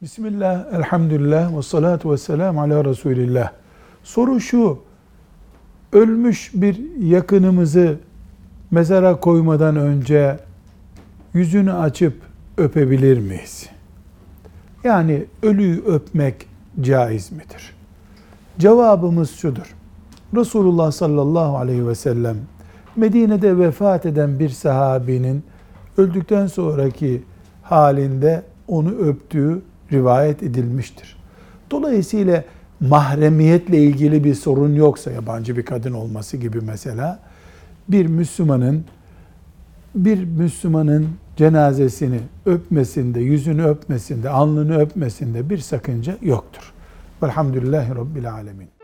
Bismillah, elhamdülillah, ve salatu ve selamu ala Resulillah. Soru şu, ölmüş bir yakınımızı mezara koymadan önce yüzünü açıp öpebilir miyiz? Yani ölüyü öpmek caiz midir? Cevabımız şudur. Resulullah sallallahu aleyhi ve sellem Medine'de vefat eden bir sahabinin öldükten sonraki halinde onu öptüğü rivayet edilmiştir. Dolayısıyla mahremiyetle ilgili bir sorun yoksa, yabancı bir kadın olması gibi mesela, bir Müslümanın cenazesini öpmesinde, yüzünü öpmesinde, alnını öpmesinde bir sakınca yoktur. Velhamdülillahi Rabbil alemin.